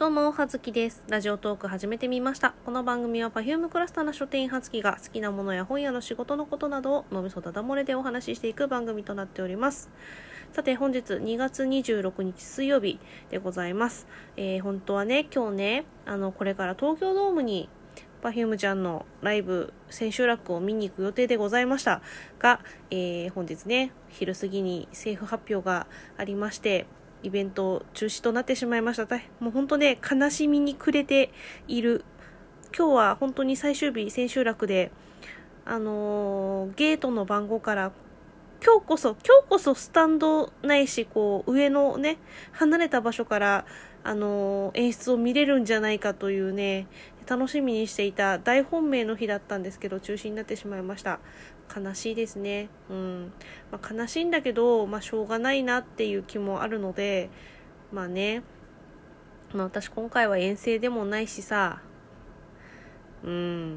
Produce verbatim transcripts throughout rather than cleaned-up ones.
どうも、はずきです。ラジオトーク始めてみました。この番組は Perfume クラスターの書店員はずきが好きなものや本屋の仕事のことなどを脳みそだだ漏れでお話ししていく番組となっております。さて、本日にがつにじゅうろくにち水曜日でございます。えー、本当はね、今日ね、あの、これから東京ドームにPerfumeちゃんのライブ千秋楽を見に行く予定でございましたが、えー、本日ね、昼過ぎに政府発表がありまして、イベント中止となってしまいました。もう本当ね、悲しみに暮れている。今日は本当に最終日、千秋楽で、あのー、ゲートの番号から、今日こそ、今日こそスタンドないし、こう、上のね、離れた場所から、あのー、演出を見れるんじゃないかというね、楽しみにしていた大本命の日だったんですけど、中止になってしまいました。悲しいですね。うん。まあ、悲しいんだけど、まあ、しょうがないなっていう気もあるので、まあね、まあ私今回は遠征でもないしさ、うん、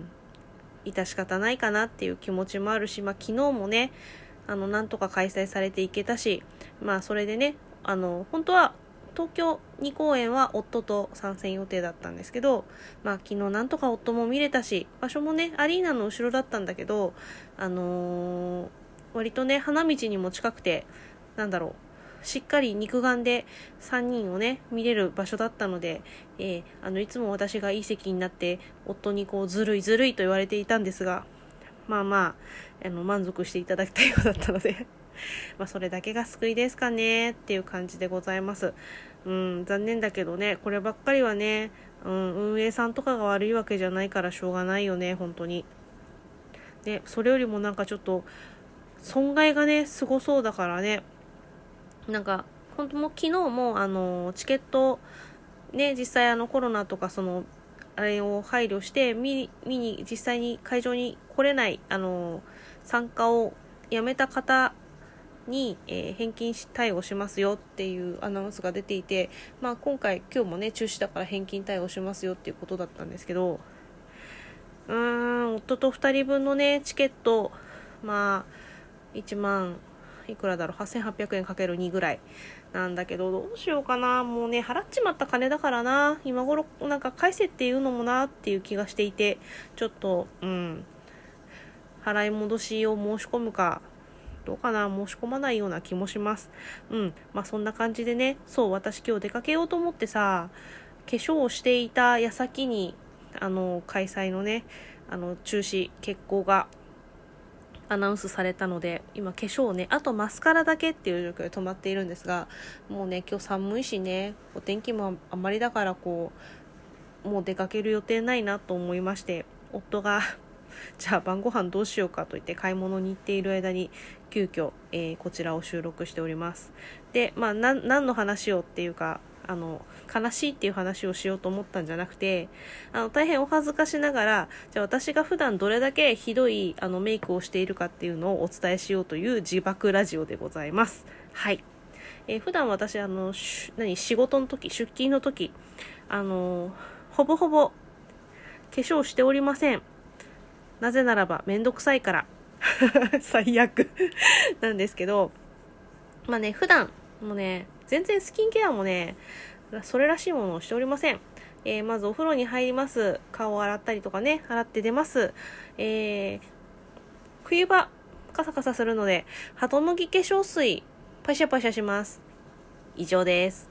致し方ないかなっていう気持ちもあるし、まあ昨日もね、あの、なんとか開催されていけたし、まあそれでね、あの、本当は東京に公演は夫と参戦予定だったんですけど、まあ昨日なんとか夫も見れたし、場所もね、アリーナの後ろだったんだけど、あのー、割とね、花道にも近くて、なんだろう、しっかり肉眼でさんにんをね、見れる場所だったので、えー、あの、いつも私がいい席になって、夫にこう、ずるいずるいと言われていたんですが、まあまあ、あの、満足していただきたいようだったので、まあそれだけが救いですかねっていう感じでございます。うん、残念だけどね、こればっかりはね、うん、運営さんとかが悪いわけじゃないからしょうがないよね、本当に。で、それよりもなんかちょっと、損害がね、すごそうだからね、なんか、本当も昨日も、あの、チケット、ね、実際あのコロナとかその、あれを配慮して、見、見に、実際に会場に来れない、あの、参加をやめた方に、えー、返金対応しますよっていうアナウンスが出ていて、まあ今回、今日もね、中止だから返金対応しますよっていうことだったんですけど、うーん、夫とふたりぶんのね、チケット、まあ、いちまん、いくらだろう、はっせんはっぴゃくえんかけるにぐらいなんだけど、どうしようかな。もうね、払っちまった金だからな。今頃、なんか返せっていうのもなっていう気がしていて、ちょっと、うん、払い戻しを申し込むか、どうかな、申し込まないような気もします。うん。まあ、そんな感じでね、そう、私今日出かけようと思ってさ、化粧をしていた矢先に、あの、開催のね、あの、中止、決行がアナウンスされたので、今化粧をね、あとマスカラだけっていう状況で止まっているんですが、もうね、今日寒いしね、お天気もあまりだからこう、もう出かける予定ないなと思いまして、夫が、じゃあ晩ご飯どうしようかと言って買い物に行っている間に急遽、えー、こちらを収録しております。で、まあな何の話をっていうか、あの悲しいっていう話をしようと思ったんじゃなくて、あの大変お恥ずかしながら、じゃあ私が普段どれだけひどいあのメイクをしているかっていうのをお伝えしようという自爆ラジオでございます。はい。えー、普段私あの何仕事の時、出勤の時、あのほぼほぼ化粧しておりません。なぜならばめんどくさいから最悪なんですけど、まあね、普段もね、全然スキンケアもね、それらしいものをしておりません。えー、まずお風呂に入ります。顔を洗ったりとかね、洗って出ます。えー、冬場カサカサするのでハトムギ化粧水パシャパシャします。以上です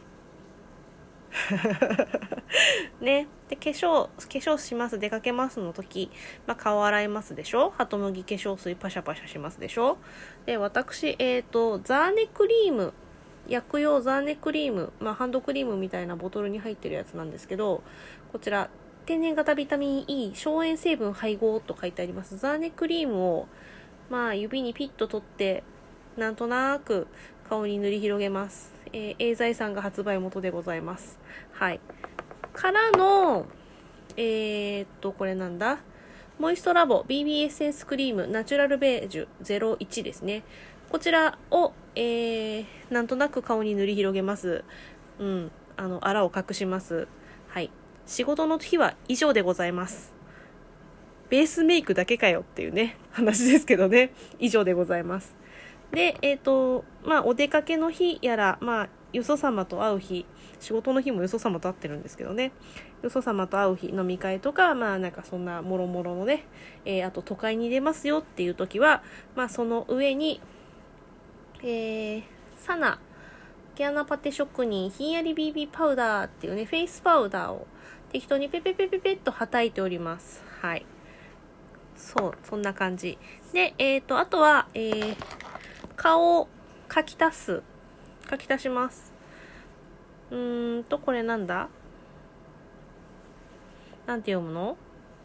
ね。で、化粧、化粧します、出かけますの時、まあ、顔洗いますでしょ、ハトムギ化粧水パシャパシャしますでしょ。で、私、えっと、ザーネクリーム、薬用ザーネクリーム、まあ、ハンドクリームみたいなボトルに入ってるやつなんですけど、こちら、天然型ビタミン E、消炎成分配合と書いてあります。ザーネクリームを、まあ、指にピッと取って、なんとなく顔に塗り広げます。えー、エーザイさんが発売元でございます。はい。からの、えー、っと、これなんだ、モイストラボ ビービー エッセンスクリームナチュラルベージュゼロいちですね。こちらを、えー、なんとなく顔に塗り広げます。うん。あの、あらを隠します。はい。仕事の日は以上でございます。ベースメイクだけかよっていうね、話ですけどね。以上でございます。で、えっと、まあ、お出かけの日やら、まあ、 よそ様と会う日、仕事の日もよそ様と会ってるんですけどね、よそ様と会う日、飲み会とか、まあなんかそんなもろもろのね、えー、あと都会に出ますよっていう時は、まあその上に、えー、サナ毛穴パテ職人ひんやり ビービー パウダーっていうね、フェイスパウダーを適当にペペペペペッとはたいております。はい。そう、そんな感じ。で、えっと、あとは、えー、顔を描き足す。描き足します。うーんと、これなんだ？なんて読むの？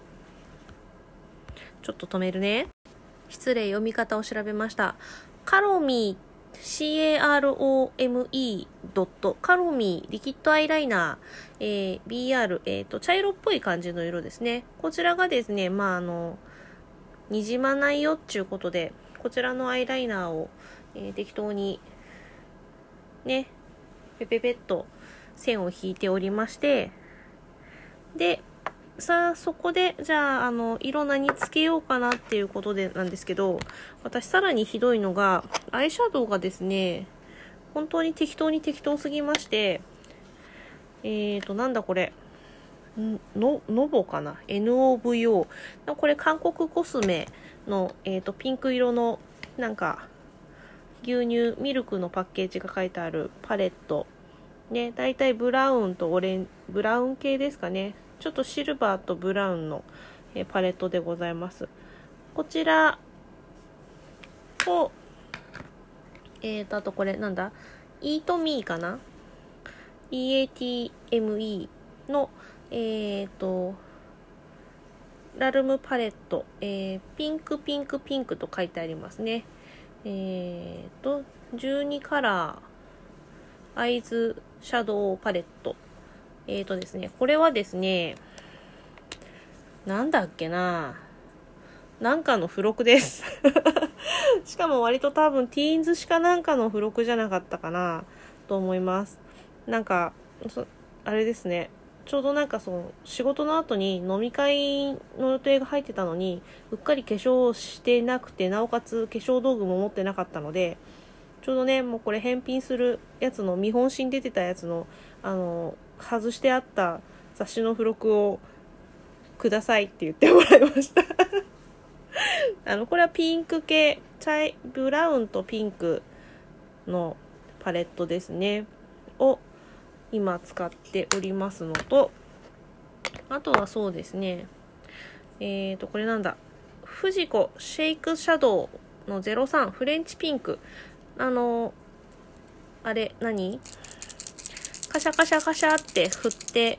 ちょっと止めるね。失礼、読み方を調べました。カロミー、シーエーアールオーエムイー ドット、カロミー、リキッドアイライナー、えー、ビーアール、えっと、茶色っぽい感じの色ですね。こちらがですね、まあ、あの、にじまないよっていうことで、こちらのアイライナーを、えー、適当に、ね、ペペペッと線を引いておりまして、で、さあ、そこで、じゃあ、あの、色何つけようかなっていうことでなんですけど、私さらにひどいのが、アイシャドウがですね、本当に適当に適当すぎまして、えーと、なんだこれ、の、ノボかな ?エヌオーブイオー。これ韓国コスメの、えーと、ピンク色の、なんか、牛乳、ミルクのパッケージが書いてあるパレット。ね、だいたいブラウンとオレン、ブラウン系ですかね。ちょっとシルバーとブラウンの、えー、パレットでございます。こちらと、えーと、あとこれなんだ イートミー かな イーエーティーエムイー の、えーと、ラルムパレット、えー、ピンクピンクピンクと書いてありますね。えーと、じゅうにカラー、アイズシャドウパレット。えーとですね、これはですね、なんだっけななんかの付録です。しかも割と多分ティーンズしかなんかの付録じゃなかったかなと思います。なんか、あれですね、ちょうどなんかその仕事の後に飲み会の予定が入ってたのに、うっかり化粧してなくて、なおかつ化粧道具も持ってなかったので、ちょうどね、もうこれ返品するやつの見本誌に出てたやつの、あの、外してあった雑誌の付録をくださいって言ってもらいましたあのこれはピンク系、茶いブラウンとピンクのパレットですねを今使っておりますのと、あとはそうですね、えーとこれなんだ、フジコシェイクシャドウのゼロさんフレンチピンク、あのあれ何カシャカシャカシャって振って、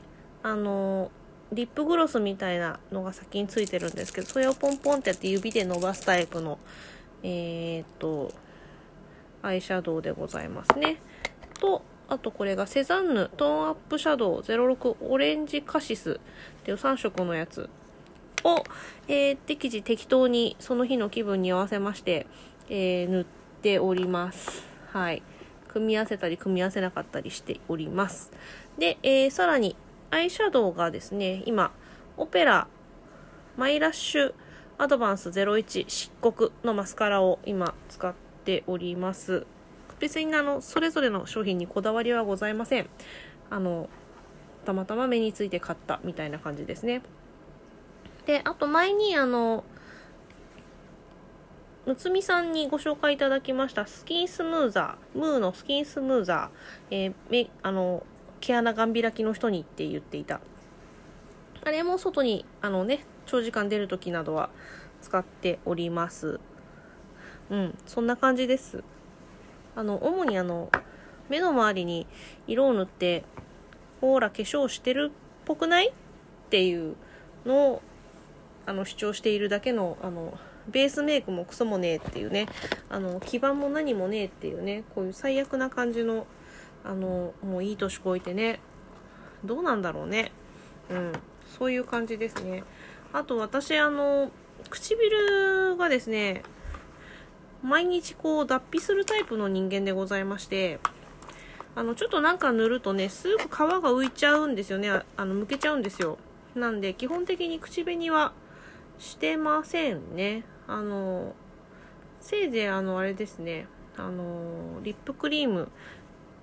あのリップグロスみたいなのが先についてるんですけど、それをポンポンってやって指で伸ばすタイプのえー、っとアイシャドウでございますね。と、あとこれがセザンヌトーンアップシャドウゼロろくオレンジカシスっていうさん色のやつを、えー、適時適当にその日の気分に合わせまして、えー、塗っております。はい。組み合わせたり組み合わせなかったりしております。で、えー、さらにアイシャドウがですね、今オペラマイラッシュアドバンスゼロいち漆黒のマスカラを今使っております。別にあのそれぞれの商品にこだわりはございません。あのたまたま目について買ったみたいな感じですね。で、あと前にあのむつみさんにご紹介いただきましたスキンスムーザー、ムーのスキンスムーザー、えー、めあの毛穴がん開きの人にって言っていた、あれも外にあのね長時間出るときなどは使っております。うん、そんな感じです。あの主にあの目の周りに色を塗ってほら化粧してるっぽくないっていうのをあの主張しているだけのあのベースメイクもクソもねえっていうね、あの基盤も何もねえっていうね、こういう最悪な感じのあのもういい年こいてね、どうなんだろうね、うん、そういう感じですね。あと私あの唇がですね毎日こう脱皮するタイプの人間でございまして、あのちょっとなんか塗るとねすぐ皮が浮いちゃうんですよね、あのむけちゃうんですよ。なんで基本的に口紅はしてませんね。あのせいぜいあのあれですね、あのリップクリーム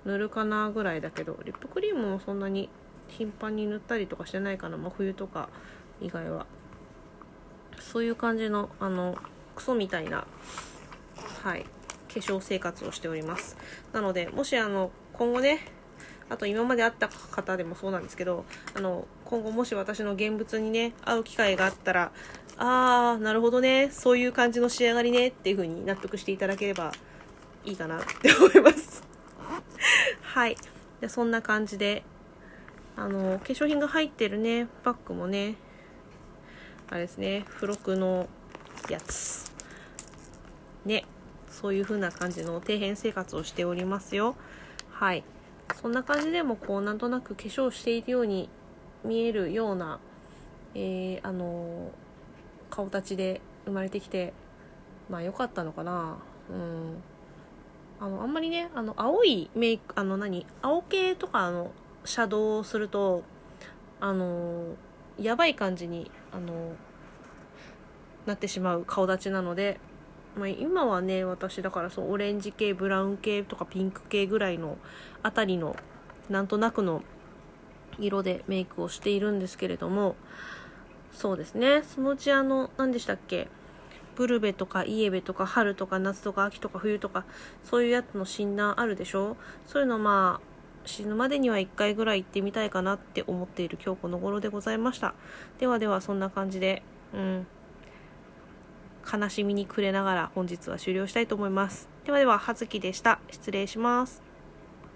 塗るかなぐらいだけど、リップクリームもそんなに頻繁に塗ったりとかしてないかな、真冬とか以外は。そういう感じのあのクソみたいな、はい化粧生活をしております。なのでもしあの今後ね、あと今まで会った方でもそうなんですけど、あの今後もし私の現物にね会う機会があったら、あーなるほどね、そういう感じの仕上がりねっていう風に納得していただければいいかなって思いますはい。でそんな感じで、あの化粧品が入ってるねバッグもね、あれですね、付録のやつね、そういう風な感じの底辺生活をしておりますよ。はい。そんな感じでもこうなんとなく化粧しているように見えるような、えー、あの顔立ちで生まれてきて、まあ良かったのかな。うんあのあんまりね、あの青いメイク、あの何青系とかのシャドウをするとあのやばい感じにあのなってしまう顔立ちなので、まあ、今はね私だからそうオレンジ系、ブラウン系とかピンク系ぐらいのあたりのなんとなくの色でメイクをしているんですけれども、そうですね、そのうちあの何でしたっけ、ブルベとかイエベとか春とか夏とか秋とか冬とかそういうやつの診断あるでしょ。そういうのまあ死ぬまでにはいっかいぐらい行ってみたいかなって思っている今日この頃でございました。ではではそんな感じで、うん悲しみに暮れながら本日は終了したいと思います。ではでは、はずきでした。失礼します。